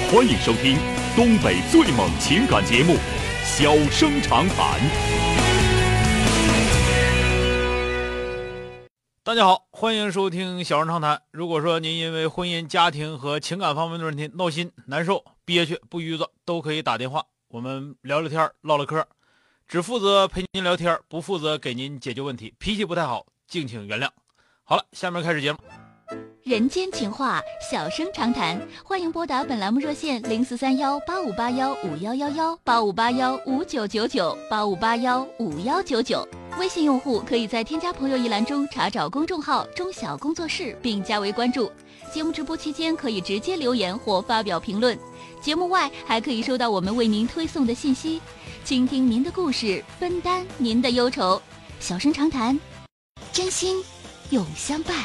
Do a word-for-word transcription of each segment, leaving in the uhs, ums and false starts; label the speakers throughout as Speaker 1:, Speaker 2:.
Speaker 1: 欢迎收听东北最猛情感节目《小生长谈》。
Speaker 2: 大家好，欢迎收听《小生长谈》。如果说您因为婚姻、家庭和情感方面的问题闹心、难受、憋屈、不愉快，都可以打电话，我们聊聊天、唠唠嗑，只负责陪您聊天，不负责给您解决问题。脾气不太好，敬请原谅。好了，下面开始节目。
Speaker 3: 人间情话，小生长谈，欢迎拨打本栏目热线零四三幺八五八幺五幺幺幺八五八幺五九九九八五八幺五幺九九。微信用户可以在添加朋友一栏中查找公众号中小工作室并加为关注。节目直播期间可以直接留言或发表评论，节目外还可以收到我们为您推送的信息，倾听您的故事，分担您的忧愁。小生长谈，真心永相伴。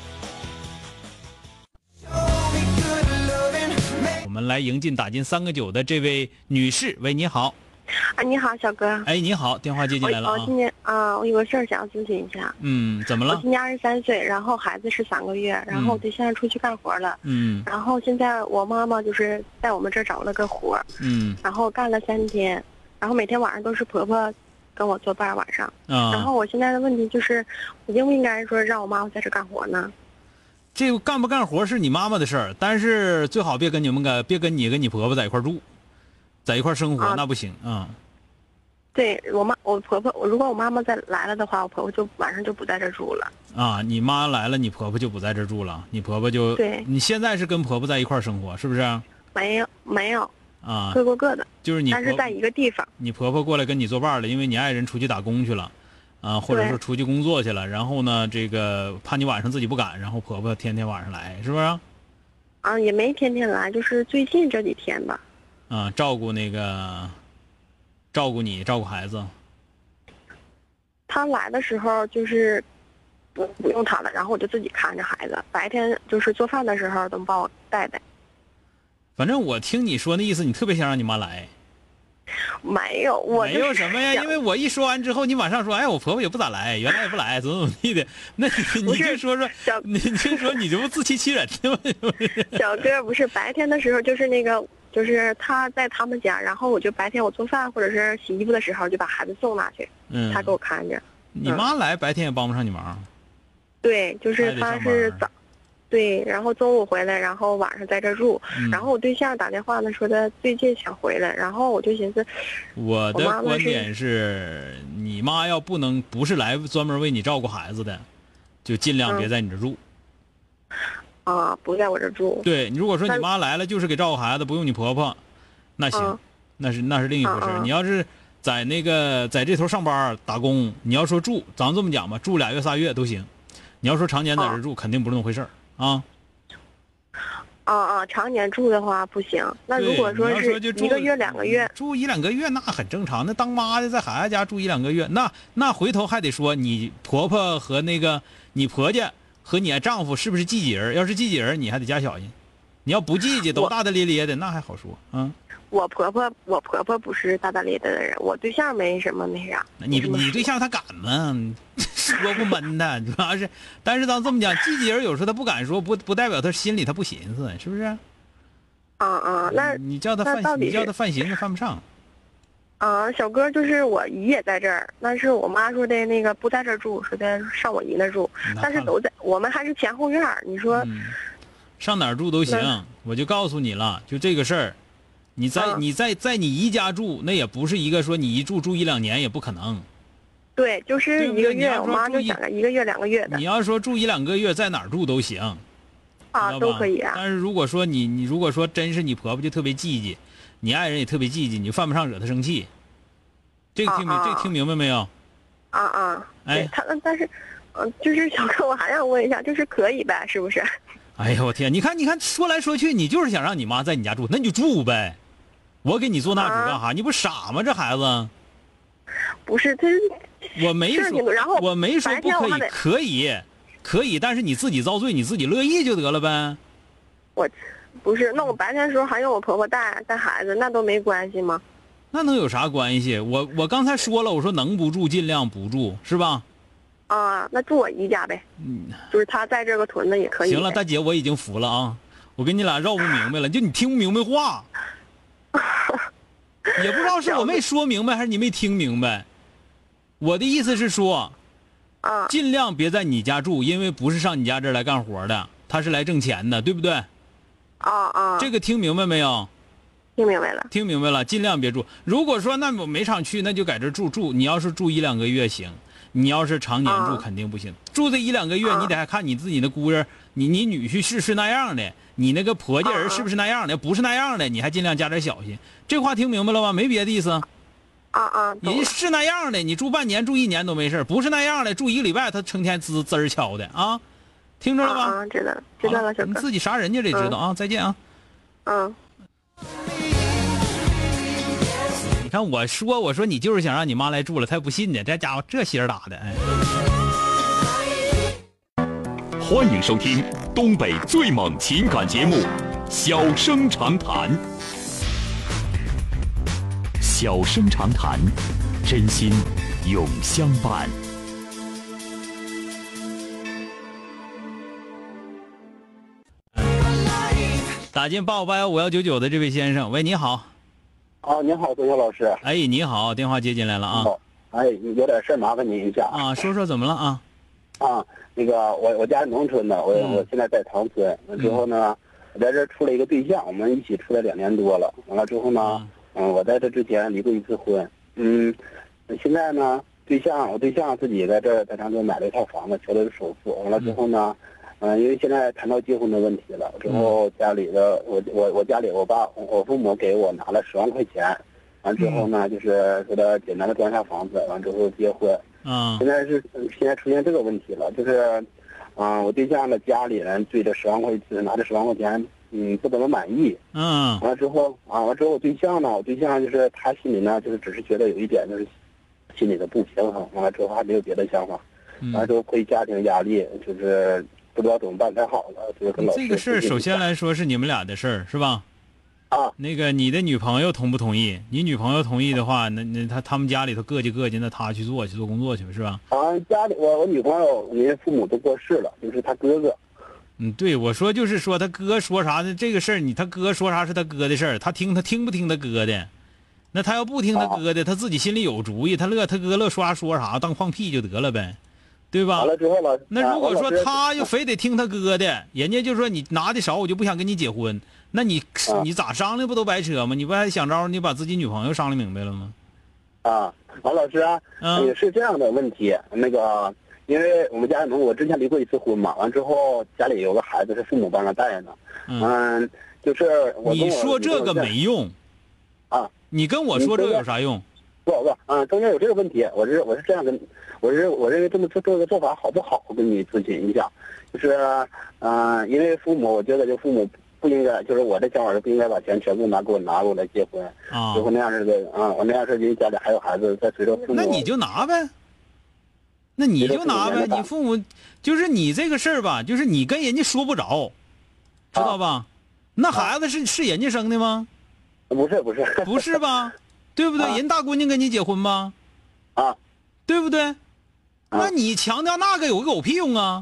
Speaker 2: 我们来迎进打进三个九的这位女士，喂，你好。
Speaker 4: 啊，你好，小哥。
Speaker 2: 哎，你好，电话接进来了啊。
Speaker 4: 我今年啊，我有个事儿想要咨询一下。
Speaker 2: 嗯，怎么了？
Speaker 4: 我今年二十三岁，然后孩子是三个月，然后我对象出去干活了。
Speaker 2: 嗯。
Speaker 4: 然后现在我妈妈就是在我们这儿找了个活。
Speaker 2: 嗯。
Speaker 4: 然后干了三天，然后每天晚上都是婆婆跟我作伴晚上。
Speaker 2: 啊。
Speaker 4: 然后我现在的问题就是，我应不应该说让我妈妈在这干活呢？
Speaker 2: 这个干不干活是你妈妈的事儿，但是最好别跟你们跟别跟你跟你婆婆在一块住，在一块生活、啊、那不行啊。
Speaker 4: 对我妈，我婆婆，如果我妈妈再来了的话，我婆婆就晚上就不在这住了。
Speaker 2: 啊，你妈来了，你婆婆就不在这住了，你婆婆就
Speaker 4: 对。
Speaker 2: 你现在是跟婆婆在一块生活，是不是？
Speaker 4: 没有，没有。
Speaker 2: 啊，
Speaker 4: 各过各的。
Speaker 2: 就是你，
Speaker 4: 但是在一个地方。
Speaker 2: 你婆婆过来跟你作伴了，因为你爱人出去打工去了。啊，或者说出去工作去了，然后呢，这个怕你晚上自己不赶，然后婆婆天天晚上来，是不是？
Speaker 4: 啊，也没天天来，就是最近这几天吧。
Speaker 2: 啊，照顾那个，照顾你，照顾孩子。
Speaker 4: 他来的时候就是不不用他了，然后我就自己看着孩子，白天就是做饭的时候都帮我带带。
Speaker 2: 反正我听你说那意思，你特别想让你妈来。
Speaker 4: 没有，我
Speaker 2: 没有什么呀，因为我一说完之后，你马上说，哎，我婆婆也不咋来，原来也不来，怎么怎么地的，那你你就说说，你就说你这不自欺欺人的吗？
Speaker 4: 小哥不是白天的时候，就是那个，就是他在他们家，然后我就白天我做饭或者是洗衣服的时候，就把孩子送那去，
Speaker 2: 嗯，
Speaker 4: 他给我看着。
Speaker 2: 你妈来白天也帮不上你忙。
Speaker 4: 对，就是他是早。对，然后中午回来，然后晚上在这住、嗯。然后我对象打电话呢，说他最近想回来，然后我就寻思，
Speaker 2: 我的观点是，你妈要不能不是来专门为你照顾孩子的，就尽量别在你这住。
Speaker 4: 嗯、啊，不在我这住。
Speaker 2: 对，如果说你妈来了就是给照顾孩子，不用你婆婆，那行，嗯、那是那是另一回事、嗯嗯。你要是在那个在这头上班打工，你要说住，咱们这么讲吧，住俩月仨月都行。你要说常年在这住、嗯，肯定不是那么回事儿。啊，
Speaker 4: 啊啊！常年住的话不行。那如果说是一个月、两个月，
Speaker 2: 住一两个月那很正常。那当妈的在孩子家住一两个月，那那回头还得说你婆婆和那个你婆家和你丈夫是不是记己人？要是记己人，你还得加小心。你要不记记，都大大咧咧的，那还好说啊。
Speaker 4: 我婆婆，我婆婆不是大大咧咧的人，我对象没什么那啥。
Speaker 2: 你你对象他敢吗？说不闷的，主要是，但是咱这么讲，记己人有时候他不敢说，不不代表他心里他不寻思，是不是？
Speaker 4: 啊啊，那
Speaker 2: 你叫他犯，你叫他犯寻思犯不上。
Speaker 4: 啊，小哥就是我姨也在这儿，但是我妈说的那个不在这儿住，说的上我姨那住，但是都在，我们还是前后院，你说、
Speaker 2: 嗯、上哪儿住都行，我就告诉你了，就这个事儿，你在、啊、你在在你姨家住，那也不是一个说你一住住一两年也不可能。
Speaker 4: 对，就是一个月，我妈就想着一个月两个月的。
Speaker 2: 你要说住一两个月，在哪儿住都行，
Speaker 4: 啊，都可以啊。
Speaker 2: 但是如果说你你如果说真是你婆婆就特别记记，你爱人也特别记记，你犯不上惹她生气。这个听明、啊啊、这个听明白没有？
Speaker 4: 啊啊，
Speaker 2: 哎，
Speaker 4: 他但是，嗯、呃，就是小哥，我还想问一下，就是可以呗，是不是？
Speaker 2: 哎呀，我天！你看，你看，说来说去，你就是想让你妈在你家住，那你就住呗。我给你做那主干啥？啊、你不傻吗？这孩子。
Speaker 4: 不是他。
Speaker 2: 我没说，
Speaker 4: 然后
Speaker 2: 我没说不可以，可以，可以，但是你自己遭罪，你自己乐意就得了呗。
Speaker 4: 我，不是，那我白天的时候还用我婆婆带带孩子，那都没关系吗？
Speaker 2: 那能有啥关系？我我刚才说了，我说能不住尽量不住，是吧？
Speaker 4: 啊，那住我姨家呗。嗯，就是他在这个屯子也可以。
Speaker 2: 行了，大姐，我已经服了啊。 我跟你俩绕不明白了，就你听不明白话，也不知道是我没说明白还是你没听明白。我的意思是说，
Speaker 4: 啊，
Speaker 2: 尽量别在你家住，因为不是上你家这儿来干活的，他是来挣钱的，对不对？
Speaker 4: 啊啊，
Speaker 2: 这个听明白没有？
Speaker 4: 听明白了。
Speaker 2: 听明白了，尽量别住。如果说那我没常去，那就在这住住。你要是住一两个月行，你要是常年住、
Speaker 4: 啊、
Speaker 2: 肯定不行。住这一两个月，
Speaker 4: 啊、
Speaker 2: 你得还看你自己的姑爷，你你女婿是是那样的，你那个婆家人是不是那样的？
Speaker 4: 啊、
Speaker 2: 不是那样的，你还尽量加点小心。这话听明白了吗？没别的意思。
Speaker 4: 啊啊，
Speaker 2: 人是那样的，你住半年、住一年都没事，不是那样的，住一个礼拜他成天滋滋儿敲的啊，听着了吧？
Speaker 4: 啊，知道了，知道了，小哥。
Speaker 2: 你自己啥人家得知道、嗯、啊！再见啊。
Speaker 4: 嗯。
Speaker 2: 你看我说我说你就是想让你妈来住了，他不信呢，这家伙这心儿打的。哎，
Speaker 1: 欢迎收听东北最猛情感节目《小生长谈》。小生长谈，真心永相伴。
Speaker 2: 打进八五八幺五幺九九的这位先生，喂，你好。
Speaker 5: 啊，你好，周晓老师。
Speaker 2: 哎，你好，电话接进来了啊。
Speaker 5: 好，哎，有点事麻烦您一下
Speaker 2: 啊，说说怎么了啊？
Speaker 5: 啊，那个我我家是农村的，我、嗯、我现在在长春。完之后呢，我在这处了一个对象，我们一起处了两年多了。完了之后呢，嗯，嗯我在这之前离过一次婚。嗯，现在呢，对象我对象自己在这在长春买了一套房子，交了首付。完了之后呢。嗯嗯，因为现在谈到结婚的问题了，之后家里的我我我家里我爸我父母给我拿了十万块钱，完之后呢，就是说的简单的装下房子，完之后结婚。
Speaker 2: 嗯，
Speaker 5: 现在是现在出现这个问题了，就是，嗯、呃，我对象的家里人对这十万块钱拿着十万块钱，嗯，不怎么满意。
Speaker 2: 嗯，
Speaker 5: 完了之后啊，完之后我对象呢，我对象就是他心里呢，就是只是觉得有一点就是心里的不平衡，完了之后还没有别的想法，完了之后会家庭压力就是。不知道怎么办才好了，就是跟老师。
Speaker 2: 这个事儿首先来说是你们俩的事儿，是吧？
Speaker 5: 啊，
Speaker 2: 那个你的女朋友同不同意？你女朋友同意的话，那那他他们家里头各就各的，那他去做去做工作去，是吧？
Speaker 5: 啊，家里我我女朋友人家父母都过世了，就是他哥哥。
Speaker 2: 嗯，对，我说就是说他哥说啥的这个事儿，你他哥说啥是他哥的事儿，他听他听不听他哥的？那他要不听他哥的，啊、他自己心里有主意，他乐他哥乐说啥说啥，当放屁就得了呗。对吧？
Speaker 5: 完了之后了，
Speaker 2: 那如果说他又非得听他哥的，人家就说你拿的少，我就不想跟你结婚，那你、啊、你咋商量不都白扯吗？你不还想招你把自己女朋友商量明白了吗？
Speaker 5: 啊，王老师啊，
Speaker 2: 嗯、
Speaker 5: 也是这样的问题。那个，因为我们家我之前离过一次婚嘛，完之后家里有个孩子是父母帮着带的，嗯，嗯就是我
Speaker 2: 你说这个没用
Speaker 5: 啊，
Speaker 2: 你跟我说这个有啥用？
Speaker 5: 不不，嗯、啊，中间有这个问题，我是我是这样跟。我是我认为这么做这个做法好不好？我跟你咨询一下，就是，嗯、呃，因为父母，我觉得就父母不应该，就是我的想法是不应该把钱全部拿给我拿过来结婚，
Speaker 2: 啊，
Speaker 5: 结婚那样式的啊，我那样式的家里还有孩子，再随着父母，
Speaker 2: 那你就拿呗，那你就拿呗，你父母就是你这个事儿吧，就是你跟人家说不着，知道吧？啊、那孩子是、啊、是人家生的吗？
Speaker 5: 不是不是
Speaker 2: 不是吧？对不对？啊、人大姑娘跟你结婚吧？
Speaker 5: 啊，
Speaker 2: 对不对？那你强调那个有个狗屁用啊，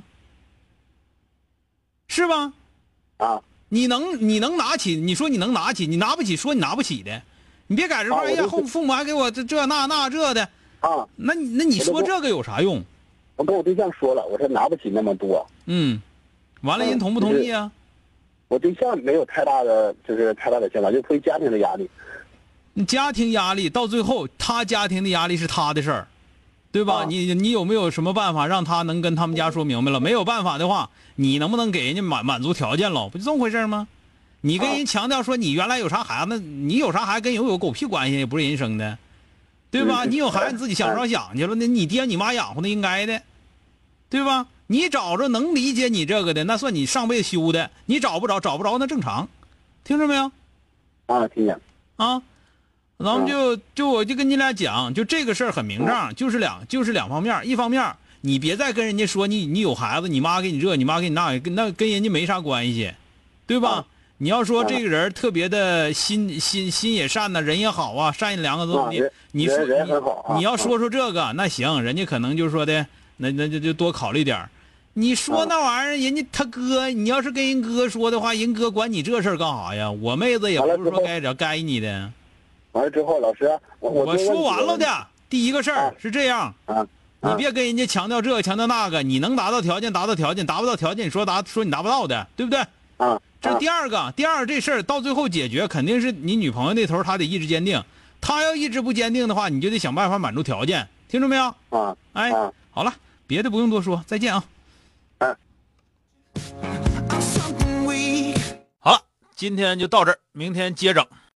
Speaker 2: 是吧？
Speaker 5: 啊，
Speaker 2: 你能你能拿起？你说你能拿起？你拿不起，说你拿不起的，你别改这块。哎呀，后父母还给我这这那那这的
Speaker 5: 啊，
Speaker 2: 那那你说这个有啥用？
Speaker 5: 我跟我对象说了，我说拿不起那么多。
Speaker 2: 嗯，完了人同不同意啊？
Speaker 5: 我对象没有太大的就是太大的想法，就出于家庭的压力。
Speaker 2: 家庭压力到最后，他家庭的压力是他的事儿。对吧？
Speaker 5: 啊、
Speaker 2: 你你有没有什么办法让他能跟他们家说明白了？没有办法的话，你能不能给人家满满足条件了？不就这么回事吗？你跟人强调说你原来有啥孩子，你有啥孩子跟人有狗屁关系，也不是人生的，对吧？
Speaker 5: 嗯、
Speaker 2: 你有孩子自己想着想去了，那你爹你妈养活那应该的，对吧？你找着能理解你这个的，那算你上辈子修的；你找不着，找不着那正常，听着没有？
Speaker 5: 啊，听见。
Speaker 2: 啊。咱们就就我就跟你俩讲，就这个事儿很明账，就是两就是两方面。一方面，你别再跟人家说你你有孩子，你妈给你这，你妈给你那，跟那跟人家没啥关系，对吧？啊、你要说这个人特别的心心心也善呐，人也好啊，善良啊，怎么的？你说
Speaker 5: 人很好、啊、
Speaker 2: 你要说说这个，那行，人家可能就说的，那那就就多考虑点。
Speaker 6: 你说那玩意儿，人家他哥，你要是跟人哥说的话，人哥管你这事儿干啥呀？我妹子也不是说该着该你的。
Speaker 5: 完了之后，老师，我
Speaker 6: 我说完了的。第一个事儿、啊、是这样，
Speaker 5: 啊，
Speaker 6: 你别跟人家强调这个强调那个，你能达到条件达到条件，达不到条件你说达说你达不到的，对不对？
Speaker 5: 啊，
Speaker 6: 这是第二个。第二这事儿到最后解决，肯定是你女朋友那头她得意志坚定，她要意志不坚定的话，你就得想办法满足条件，听着没有？
Speaker 5: 啊，
Speaker 6: 哎，
Speaker 5: 啊、
Speaker 6: 好了，别的不用多说，再见啊。
Speaker 5: 啊。
Speaker 2: 好了，今天就到这儿，明天接整。